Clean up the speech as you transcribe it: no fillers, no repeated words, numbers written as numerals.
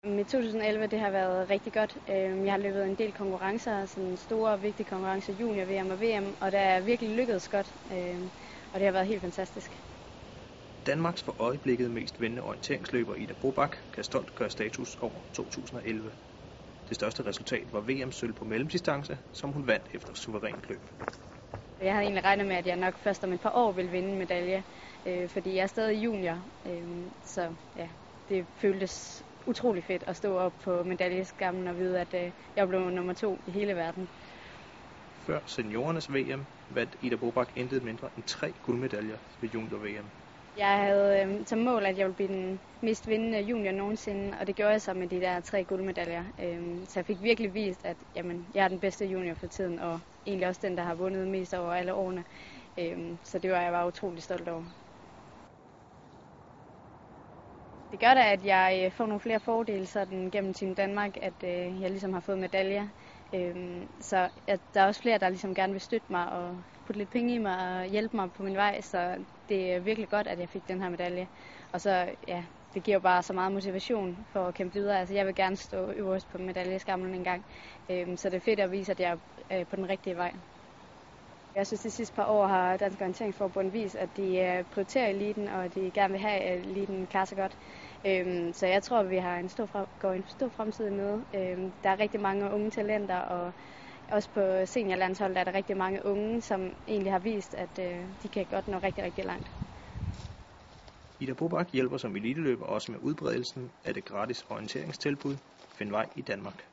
Med 2011 det har været rigtig godt. Jeg har løbet en del konkurrencer, sådan store og vigtige konkurrencer, junior, VM og VM, og det er virkelig lykkedes godt, og det har været helt fantastisk. Danmarks for øjeblikket mest vindende orienteringsløber Ida Bobak kan stolt gøre status over 2011. Det største resultat var VM-sølv på mellemdistance, som hun vandt efter suverænt løb. Jeg havde egentlig regnet med, at jeg nok først om et par år ville vinde en medalje, fordi jeg er stadig junior, så ja, det føltes utrolig fedt at stå op på medaljeskammen og vide, at jeg blev nummer 2 i hele verden. Før seniorernes VM vandt Ida Bobak intet mindre end 3 guldmedaljer ved junior-VM. Jeg havde som mål, at jeg ville blive den mest vindende junior nogensinde, og det gjorde jeg så med de der 3 guldmedaljer. Så jeg fik virkelig vist, at jamen, jeg er den bedste junior for tiden, og egentlig også den, der har vundet mest over alle årene. Så det var jeg bare utrolig stolt over. Det gør da, at jeg får nogle flere fordele sådan, gennem Team Danmark, at jeg ligesom har fået medaljer. Så der er også flere, der ligesom gerne vil støtte mig og putte lidt penge i mig og hjælpe mig på min vej. Så det er virkelig godt, at jeg fik den her medalje. Og så, ja, det giver bare så meget motivation for at kæmpe videre. Altså, jeg vil gerne stå øverst på medaljeskamlen en gang. Så det er fedt at vise, at jeg er på den rigtige vej. Jeg synes, de sidste par år har Dansk Orienteringsforbund vist, at de prioriterer eliten, og de gerne vil have, at eliten klarer sig godt. Så jeg tror, at vi har går en stor fremtid i møde. Der er rigtig mange unge talenter, og også på seniorlandsholdet er der rigtig mange unge, som egentlig har vist, at de kan godt nå rigtig, rigtig langt. Ida Bobak hjælper som eliteløber også med udbredelsen af det gratis orienteringstilbud Find Vej i Danmark.